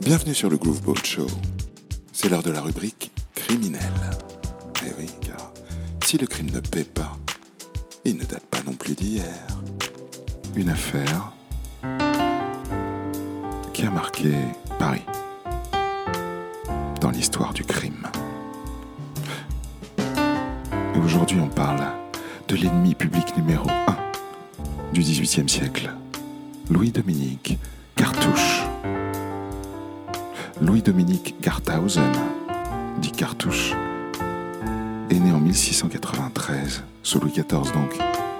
Bienvenue sur le Groove Boat Show. C'est l'heure de la rubrique criminelle. Eh oui, car si le crime ne paie pas, il ne date pas non plus d'hier. Une affaire qui a marqué Paris dans l'histoire du crime. Et aujourd'hui, on parle de l'ennemi public numéro 1 du XVIIIe siècle, Louis-Dominique Cartouche. Louis-Dominique Garthausen, dit Cartouche, est né en 1693, sous Louis XIV donc.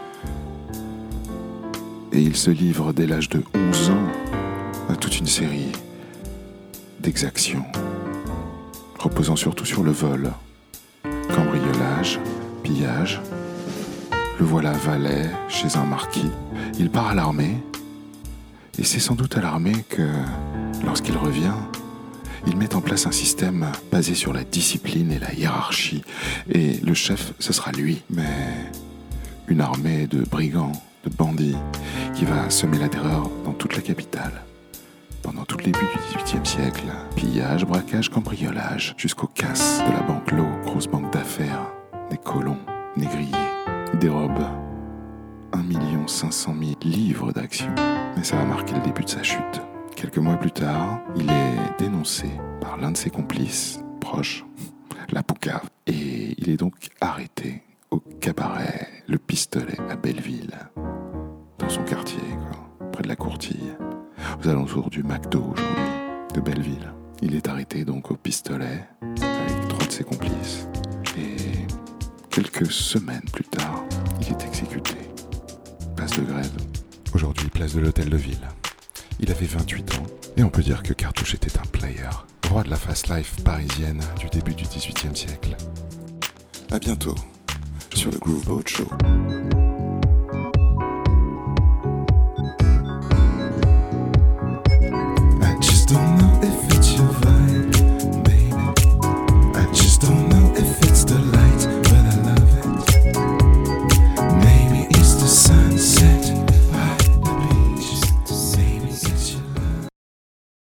Et il se livre dès l'âge de 11 ans à toute une série d'exactions, reposant surtout sur le vol, cambriolage, pillage. Le voilà valet chez un marquis. Il part à l'armée, et c'est sans doute à l'armée que, lorsqu'il revient, il met en place un système basé sur la discipline et la hiérarchie. Et le chef, ce sera lui. Mais une armée de brigands, de bandits, qui va semer la terreur dans toute la capitale. Pendant tout le début du XVIIIe siècle, pillage, braquage, cambriolage, jusqu'aux casses de la banque Lowe, grosse banque d'affaires, des colons, négriers, des robes. 1 500 000 livres d'actions. Mais ça va marquer le début de sa chute. Quelques mois plus tard, il est dénoncé par l'un de ses complices proches, la Poucave, et il est donc arrêté au cabaret Le Pistolet à Belleville, dans son quartier, près de la Courtille, aux alentours du McDo aujourd'hui, de Belleville. Il est arrêté donc au pistolet avec 3 de ses complices, et quelques semaines plus tard, il est exécuté. Place de Grève, aujourd'hui place de l'Hôtel de Ville. Il avait 28 ans, et on peut dire que Cartouche était un player, roi de la fast life parisienne du début du XVIIIe siècle. À bientôt sur le Groove Boat Show.